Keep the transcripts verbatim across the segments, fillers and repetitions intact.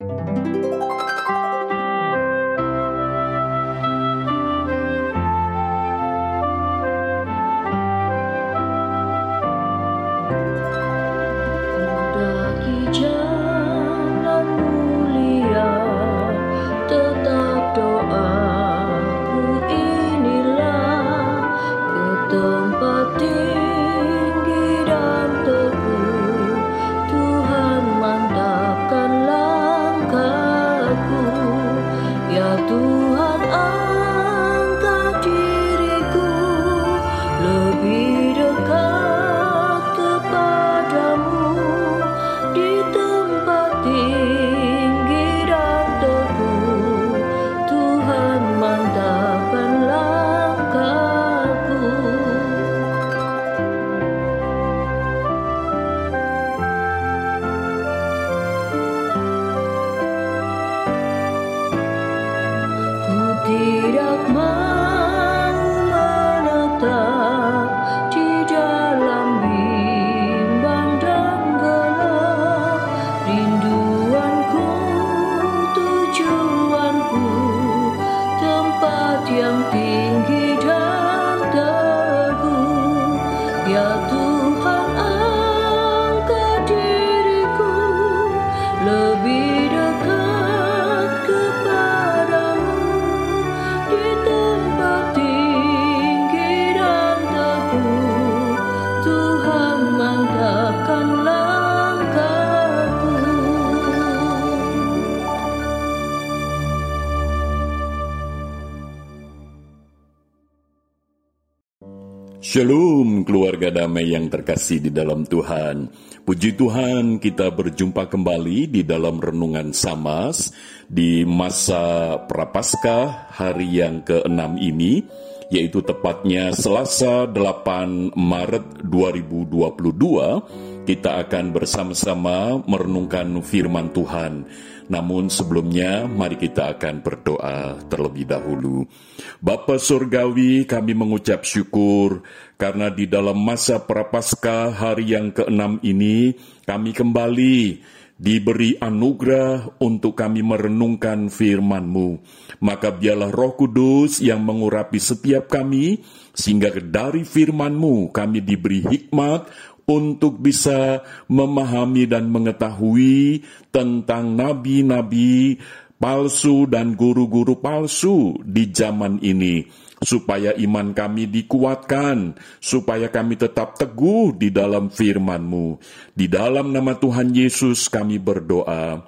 Shalom keluarga damai yang terkasih di dalam Tuhan. Puji Tuhan, kita berjumpa kembali di dalam renungan Samas di masa Prapaskah hari yang keenam ini, yaitu tepatnya Selasa delapan Maret dua ribu dua puluh dua. Kita akan bersama-sama merenungkan firman Tuhan. Namun sebelumnya, mari kita akan berdoa terlebih dahulu. Bapa Surgawi, kami mengucap syukur karena di dalam masa Prapaskah hari yang keenam ini, kami kembali diberi anugerah untuk kami merenungkan firman-Mu. Maka biarlah Roh Kudus yang mengurapi setiap kami, sehingga dari firman-Mu kami diberi hikmat untuk bisa memahami dan mengetahui tentang nabi-nabi palsu dan guru-guru palsu di zaman ini, supaya iman kami dikuatkan, supaya kami tetap teguh di dalam firman-Mu. Di dalam nama Tuhan Yesus kami berdoa.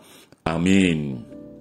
Amin.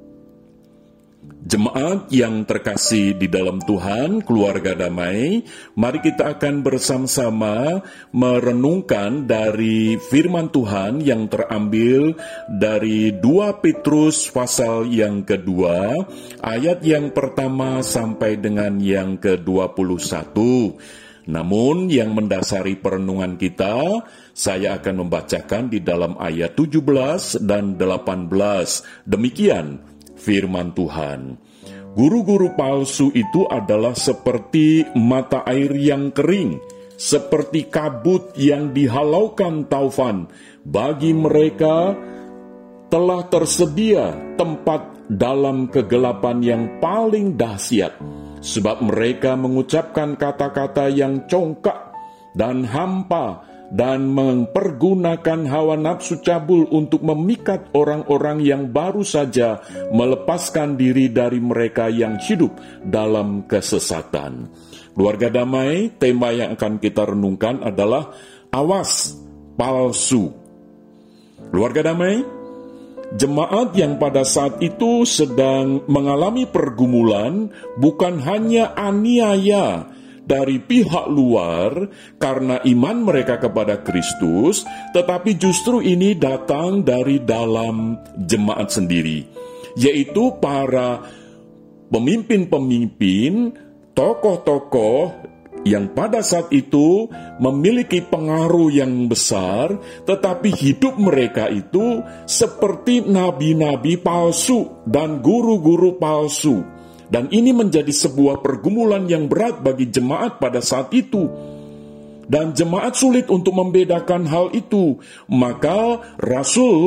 Jemaat yang terkasih di dalam Tuhan, keluarga damai, mari kita akan bersama-sama merenungkan dari firman Tuhan yang terambil dari dua Petrus pasal yang kedua, ayat yang pertama sampai dengan yang ke-dua puluh satu. Namun yang mendasari perenungan kita, saya akan membacakan di dalam ayat tujuh belas dan delapan belas. Demikian firman Tuhan. Guru-guru palsu itu adalah seperti mata air yang kering, seperti kabut yang dihalaukan taufan. Bagi mereka telah tersedia tempat dalam kegelapan yang paling dahsyat, sebab mereka mengucapkan kata-kata yang congkak dan hampa, dan mempergunakan hawa nafsu cabul untuk memikat orang-orang yang baru saja melepaskan diri dari mereka yang hidup dalam kesesatan. Keluarga damai, tema yang akan kita renungkan adalah awas palsu. Keluarga damai, jemaat yang pada saat itu sedang mengalami pergumulan bukan hanya aniaya dari pihak luar karena iman mereka kepada Kristus, tetapi justru ini datang dari dalam jemaat sendiri, yaitu para pemimpin-pemimpin, tokoh-tokoh yang pada saat itu memiliki pengaruh yang besar, tetapi hidup mereka itu seperti nabi-nabi palsu dan guru-guru palsu. Dan ini menjadi sebuah pergumulan yang berat bagi jemaat pada saat itu. Dan jemaat sulit untuk membedakan hal itu. Maka Rasul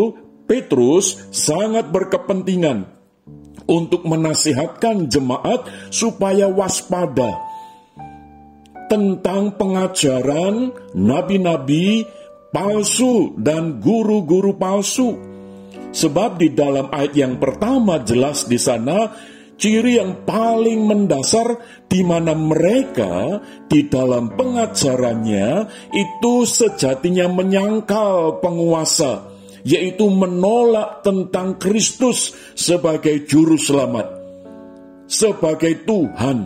Petrus sangat berkepentingan untuk menasihatkan jemaat supaya waspada tentang pengajaran nabi-nabi palsu dan guru-guru palsu. Sebab di dalam ayat yang pertama jelas di sana ciri yang paling mendasar di mana mereka di dalam pengajarannya itu sejatinya menyangkal penguasa, yaitu menolak tentang Kristus sebagai juru selamat, sebagai Tuhan.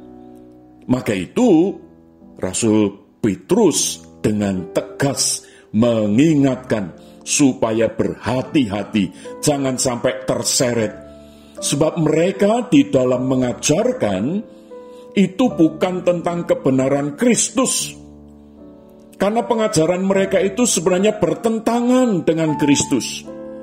Maka itu Rasul Petrus dengan tegas mengingatkan supaya berhati-hati, jangan sampai terseret. Sebab mereka di dalam mengajarkan itu bukan tentang kebenaran Kristus. Karena pengajaran mereka itu sebenarnya bertentangan dengan Kristus.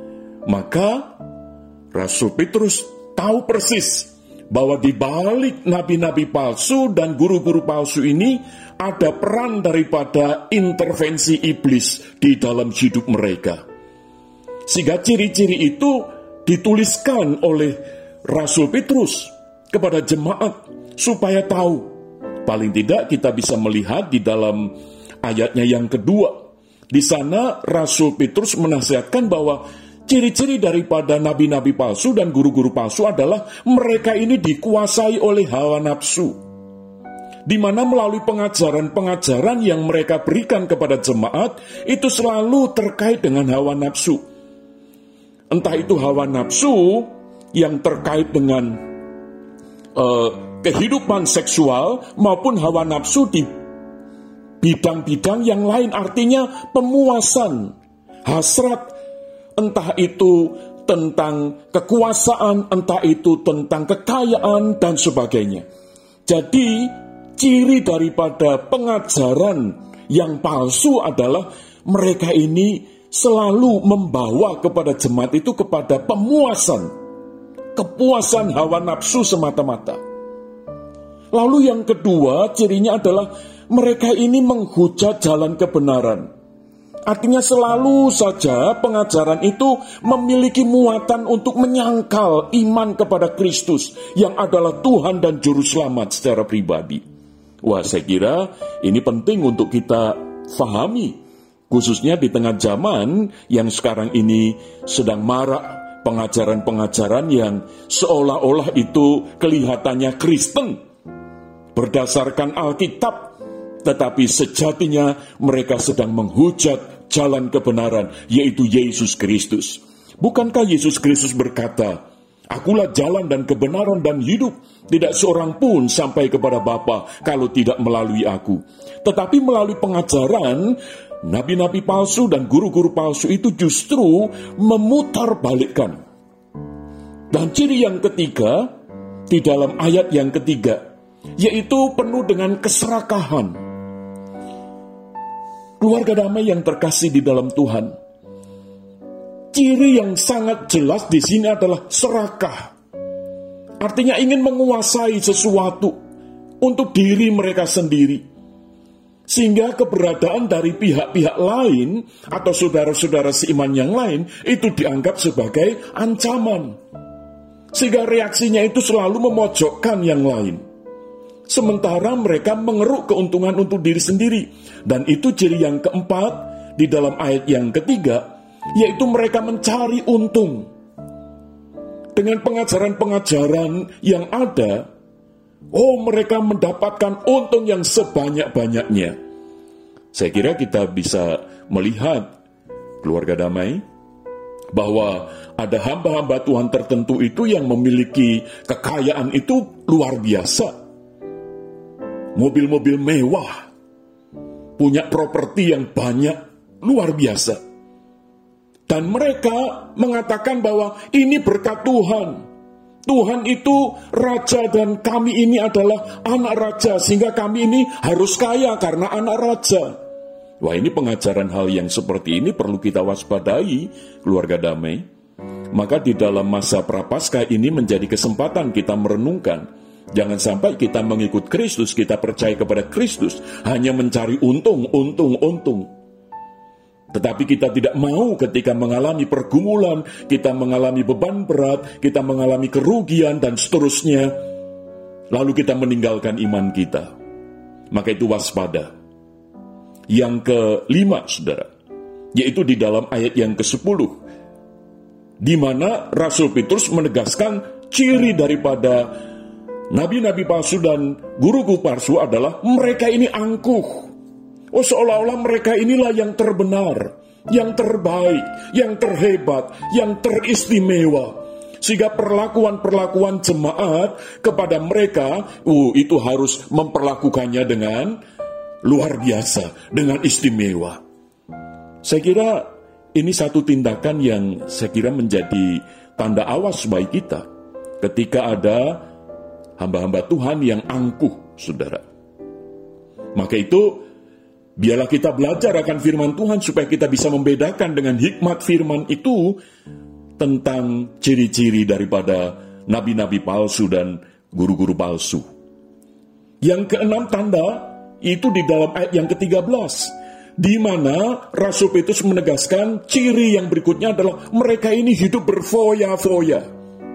Maka Rasul Petrus tahu persis bahwa di balik nabi-nabi palsu dan guru-guru palsu ini ada peran daripada intervensi iblis di dalam hidup mereka. Sehingga ciri-ciri itu dituliskan oleh Rasul Petrus kepada jemaat supaya tahu. Paling tidak kita bisa melihat di dalam ayatnya yang kedua. Di sana Rasul Petrus menasihatkan bahwa ciri-ciri daripada nabi-nabi palsu dan guru-guru palsu adalah mereka ini dikuasai oleh hawa nafsu, di mana melalui pengajaran-pengajaran yang mereka berikan kepada jemaat itu selalu terkait dengan hawa nafsu. Entah itu hawa nafsu yang terkait dengan uh, kehidupan seksual maupun hawa nafsu di bidang-bidang yang lain, artinya pemuasan hasrat, entah itu tentang kekuasaan, entah itu tentang kekayaan dan sebagainya. Jadi ciri daripada pengajaran yang palsu adalah mereka ini selalu membawa kepada jemaat itu kepada pemuasan, kepuasan hawa nafsu semata-mata. Lalu yang kedua cirinya adalah mereka ini menghujat jalan kebenaran. Artinya selalu saja pengajaran itu memiliki muatan untuk menyangkal iman kepada Kristus yang adalah Tuhan dan Juru Selamat secara pribadi. Wah, saya kira ini penting untuk kita fahami. Khususnya di tengah zaman yang sekarang ini sedang marak pengajaran-pengajaran yang seolah-olah itu kelihatannya Kristen, berdasarkan Alkitab, tetapi sejatinya mereka sedang menghujat jalan kebenaran, yaitu Yesus Kristus. Bukankah Yesus Kristus berkata, "Akulah jalan dan kebenaran dan hidup, tidak seorang pun sampai kepada Bapa kalau tidak melalui aku." Tetapi melalui pengajaran nabi-nabi palsu dan guru-guru palsu itu justru memutarbalikkan. Dan ciri yang ketiga di dalam ayat yang ketiga, yaitu penuh dengan keserakahan. Keluarga damai yang terkasih di dalam Tuhan, ciri yang sangat jelas di sini adalah serakah. Artinya ingin menguasai sesuatu untuk diri mereka sendiri. Sehingga keberadaan dari pihak-pihak lain atau saudara-saudara seiman yang lain itu dianggap sebagai ancaman. Sehingga reaksinya itu selalu memojokkan yang lain. Sementara mereka mengeruk keuntungan untuk diri sendiri. Dan itu ciri yang keempat di dalam ayat yang ketiga, yaitu mereka mencari untung. Dengan pengajaran-pengajaran yang ada, oh, mereka mendapatkan untung yang sebanyak-banyaknya. Saya kira kita bisa melihat, keluarga damai, bahwa ada hamba-hamba Tuhan tertentu itu yang memiliki kekayaan itu luar biasa. Mobil-mobil mewah, punya properti yang banyak, luar biasa. Dan mereka mengatakan bahwa ini berkat Tuhan. Tuhan itu raja dan kami ini adalah anak raja, sehingga kami ini harus kaya karena anak raja. Wah, ini pengajaran hal yang seperti ini perlu kita waspadai, keluarga damai. Maka di dalam masa Prapaskah ini menjadi kesempatan kita merenungkan. Jangan sampai kita mengikut Kristus, kita percaya kepada Kristus, hanya mencari untung, untung, untung. Tetapi kita tidak mau ketika mengalami pergumulan, kita mengalami beban berat, kita mengalami kerugian dan seterusnya, lalu kita meninggalkan iman kita. Maka itu waspada. Yang kelima, saudara, yaitu di dalam ayat yang kesepuluh, di mana Rasul Petrus menegaskan ciri daripada nabi-nabi palsu dan guru-guru palsu adalah mereka ini angkuh. Oh, seolah-olah mereka inilah yang terbenar, yang terbaik, yang terhebat, yang teristimewa. Sehingga perlakuan-perlakuan jemaat kepada mereka, uh, itu harus memperlakukannya dengan luar biasa, dengan istimewa. Saya kira ini satu tindakan yang saya kira menjadi tanda awas bagi kita ketika ada hamba-hamba Tuhan yang angkuh, saudara. Maka itu, biarlah kita belajar akan firman Tuhan supaya kita bisa membedakan dengan hikmat firman itu tentang ciri-ciri daripada nabi-nabi palsu dan guru-guru palsu. Yang keenam tanda itu di dalam ayat yang ketiga belas, di mana Rasul Petrus menegaskan ciri yang berikutnya adalah mereka ini hidup berfoya-foya.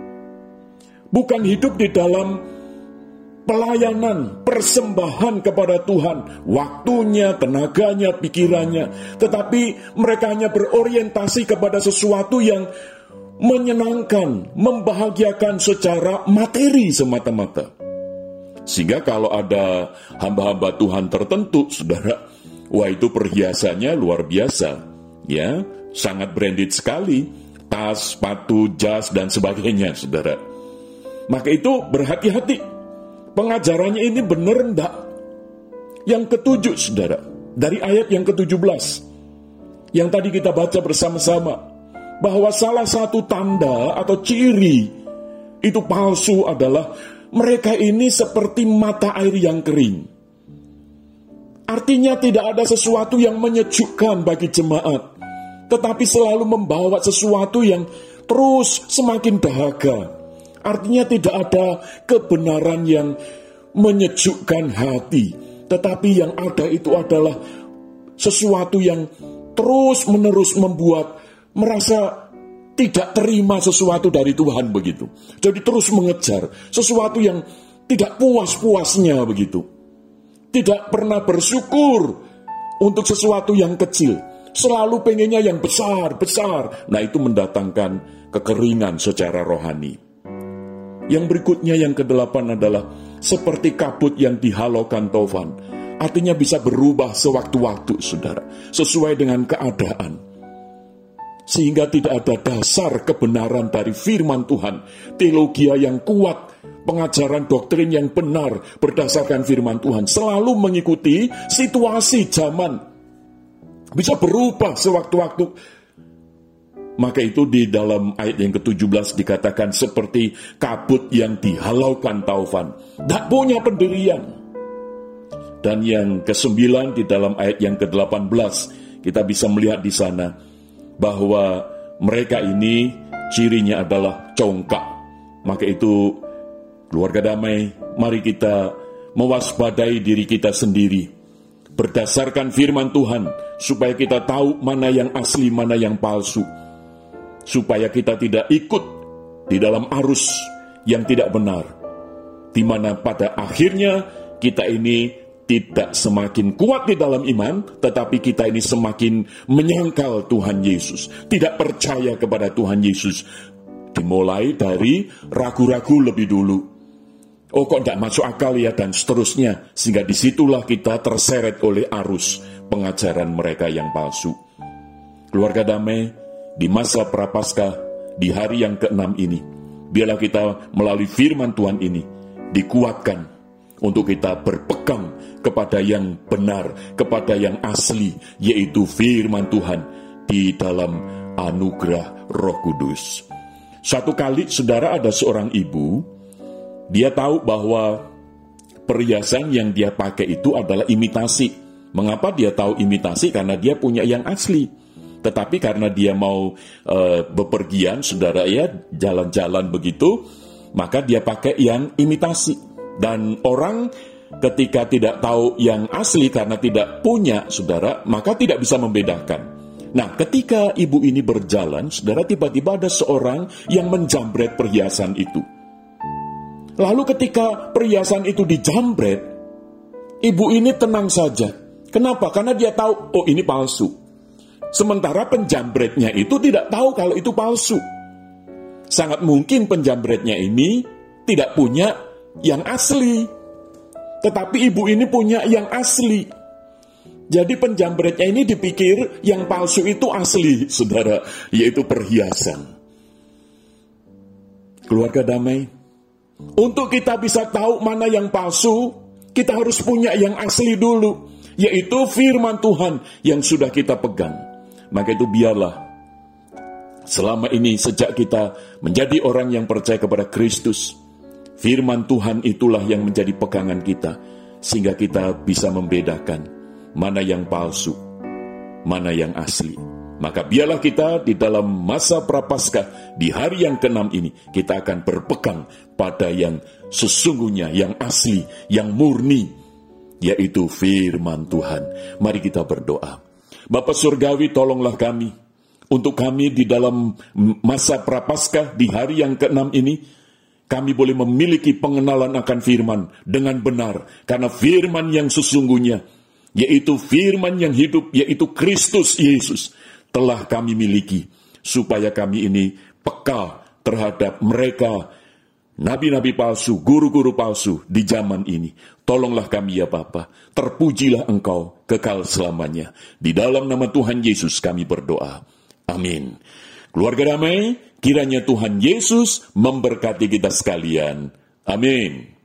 Bukan hidup di dalam pelayanan, persembahan kepada Tuhan, waktunya, tenaganya, pikirannya, tetapi mereka hanya berorientasi kepada sesuatu yang menyenangkan, membahagiakan secara materi semata-mata. Sehingga kalau ada hamba-hamba Tuhan tertentu, saudara, wah itu perhiasannya luar biasa, ya, sangat branded sekali, tas, sepatu, jas, dan sebagainya, saudara. Maka itu berhati-hati. Pengajarannya ini benar enggak? Yang ketujuh, saudara, dari ayat yang ketujuh belas, yang tadi kita baca bersama-sama, bahwa salah satu tanda atau ciri itu palsu adalah mereka ini seperti mata air yang kering. Artinya tidak ada sesuatu yang menyejukkan bagi jemaat, tetapi selalu membawa sesuatu yang terus semakin dahaga. Artinya tidak ada kebenaran yang menyejukkan hati, tetapi yang ada itu adalah sesuatu yang terus-menerus membuat merasa tidak terima sesuatu dari Tuhan begitu. Jadi terus mengejar sesuatu yang tidak puas-puasnya begitu. Tidak pernah bersyukur untuk sesuatu yang kecil. Selalu pengennya yang besar-besar. Nah, itu mendatangkan kekeringan secara rohani. Yang berikutnya yang kedelapan adalah seperti kabut yang dihalaukan taufan. Artinya bisa berubah sewaktu-waktu, saudara, sesuai dengan keadaan. Sehingga tidak ada dasar kebenaran dari firman Tuhan, teologia yang kuat, pengajaran doktrin yang benar berdasarkan firman Tuhan, selalu mengikuti situasi zaman. Bisa berubah sewaktu-waktu. Maka itu di dalam ayat yang ketujuh belas dikatakan seperti kabut yang dihalaukan taufan. Tak punya pendirian. Dan yang kesembilan di dalam ayat yang kedelapan belas kita bisa melihat di sana bahwa mereka ini cirinya adalah congkak. Maka itu keluarga damai, mari kita mewaspadai diri kita sendiri berdasarkan firman Tuhan supaya kita tahu mana yang asli, mana yang palsu. Supaya kita tidak ikut di dalam arus yang tidak benar, di mana pada akhirnya kita ini tidak semakin kuat di dalam iman, tetapi kita ini semakin menyangkal Tuhan Yesus, tidak percaya kepada Tuhan Yesus. Dimulai dari ragu-ragu lebih dulu. Oh, kok tidak masuk akal ya, dan seterusnya. Sehingga disitulah kita terseret oleh arus pengajaran mereka yang palsu. Keluarga damai, di masa Prapaskah, di hari yang keenam ini, biarlah kita melalui firman Tuhan ini dikuatkan untuk kita berpegang kepada yang benar, kepada yang asli, yaitu firman Tuhan di dalam anugerah Roh Kudus. Suatu kali, saudara, ada seorang ibu, dia tahu bahwa perhiasan yang dia pakai itu adalah imitasi. Mengapa dia tahu imitasi? Karena dia punya yang asli. Tetapi karena dia mau e, bepergian, saudara ya, jalan-jalan begitu, maka dia pakai yang imitasi. Dan orang ketika tidak tahu yang asli karena tidak punya, saudara, maka tidak bisa membedakan. Nah, ketika ibu ini berjalan, saudara, tiba-tiba ada seorang yang menjambret perhiasan itu. Lalu ketika perhiasan itu dijambret, ibu ini tenang saja. Kenapa? Karena dia tahu, oh ini palsu. Sementara penjambretnya itu tidak tahu kalau itu palsu. Sangat mungkin penjambretnya ini tidak punya yang asli. Tetapi ibu ini punya yang asli. Jadi penjambretnya ini dipikir yang palsu itu asli, saudara, yaitu perhiasan. Keluarga damai, untuk kita bisa tahu mana yang palsu, kita harus punya yang asli dulu, yaitu firman Tuhan yang sudah kita pegang. Maka itu biarlah selama ini sejak kita menjadi orang yang percaya kepada Kristus, firman Tuhan itulah yang menjadi pegangan kita, sehingga kita bisa membedakan mana yang palsu, mana yang asli. Maka biarlah kita di dalam masa Prapaskah di hari yang keenam ini, kita akan berpegang pada yang sesungguhnya, yang asli, yang murni, yaitu firman Tuhan. Mari kita berdoa. Bapa Surgawi, tolonglah kami, untuk kami di dalam masa Prapaskah di hari yang keenam ini, kami boleh memiliki pengenalan akan firman dengan benar, karena firman yang sesungguhnya, yaitu firman yang hidup, yaitu Kristus Yesus, telah kami miliki, supaya kami ini peka terhadap mereka, nabi-nabi palsu, guru-guru palsu di zaman ini. Tolonglah kami ya Bapa, terpujilah Engkau kekal selamanya. Di dalam nama Tuhan Yesus kami berdoa. Amin. Keluarga damai, kiranya Tuhan Yesus memberkati kita sekalian. Amin.